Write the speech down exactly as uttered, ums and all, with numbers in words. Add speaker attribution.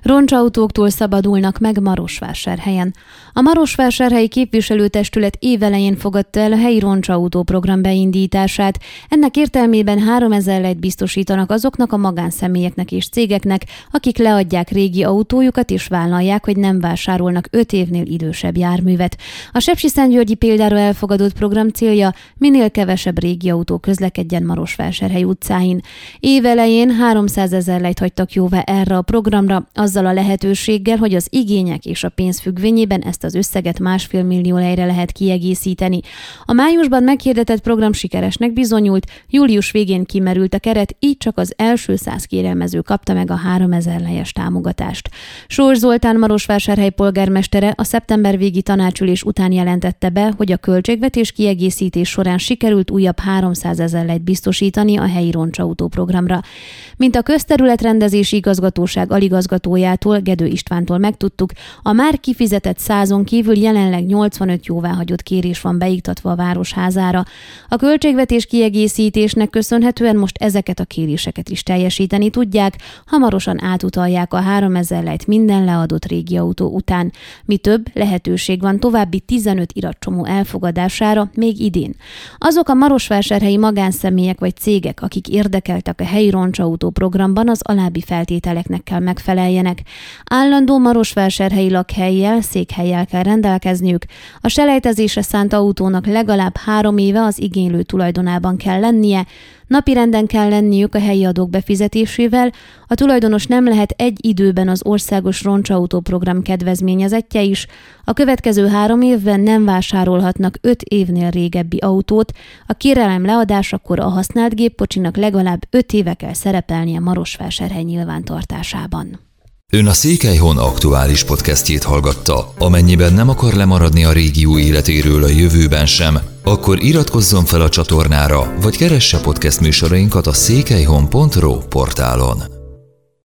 Speaker 1: Roncsautóktól szabadulnak meg Marosvásárhelyen. A Marosvásárhelyi képviselőtestület évelején fogadta el a helyi roncsautó program beindítását. Ennek értelmében háromezer lejt biztosítanak azoknak a magánszemélyeknek és cégeknek, akik leadják régi autójukat és vállalják, hogy nem vásárolnak öt évnél idősebb járművet. A sepsiszentgyörgyi példára elfogadott program célja, minél kevesebb régi autó közlekedjen Marosvásárhely utcáin. Évelején háromszázezer lejt hagytak jóvá erre a programra, azzal a lehetőséggel, hogy az igények és a pénz függvényében ezt az összeget másfél millió lejre lehet kiegészíteni. A májusban meghirdetett program sikeresnek bizonyult, július végén kimerült a keret, így csak az első száz kérelmező kapta meg a háromezer lejes támogatást. Sós Zoltán Marosvásárhely polgármestere a szeptember végi tanácsülés után jelentette be, hogy a költségvetés kiegészítés során sikerült újabb háromszázezer lejt biztosítani a helyi roncsautó programra. Mint a közterületrendezési igazgatóság aligazgatójától, Gedő Istvántól megtudtuk, a már kifizetett százon kívül jelenleg nyolcvanöt jóváhagyott kérés van beiktatva a városházára. A költségvetés kiegészítésnek köszönhetően most ezeket a kéréseket is teljesíteni tudják, hamarosan átutalják a háromezer lejt minden leadott régi autó után. Mi több, lehetőség van további tizenöt iratcsomó elfogadására még idén. Azok a marosvásárhelyi magánszemélyek vagy cégek, akik érdekeltek a helyi roncsautó programban, az alábbi feltételeknek kell megfeleljenek. Állandó marosvásárhelyi lakhellyel, székhellyel kell rendelkezniük. A selejtezésre szánt autónak legalább három éve az igénylő tulajdonában kell lennie, napirenden kell lenniük a helyi adók befizetésével, a tulajdonos nem lehet egy időben az országos roncsautó program kedvezményezettje is, a következő három évben nem vásárolhatnak öt évnél régebbi autót, a kérelem leadásakor a használt gépkocsinak legalább öt éve kell szerepelnie Marosvásárhely nyilvántartásában.
Speaker 2: Ön a Székelyhon aktuális podcastjét hallgatta. Amennyiben nem akar lemaradni a régió életéről a jövőben sem, akkor iratkozzon fel a csatornára, vagy keresse podcast műsorainkat a székelyhon pont ro portálon.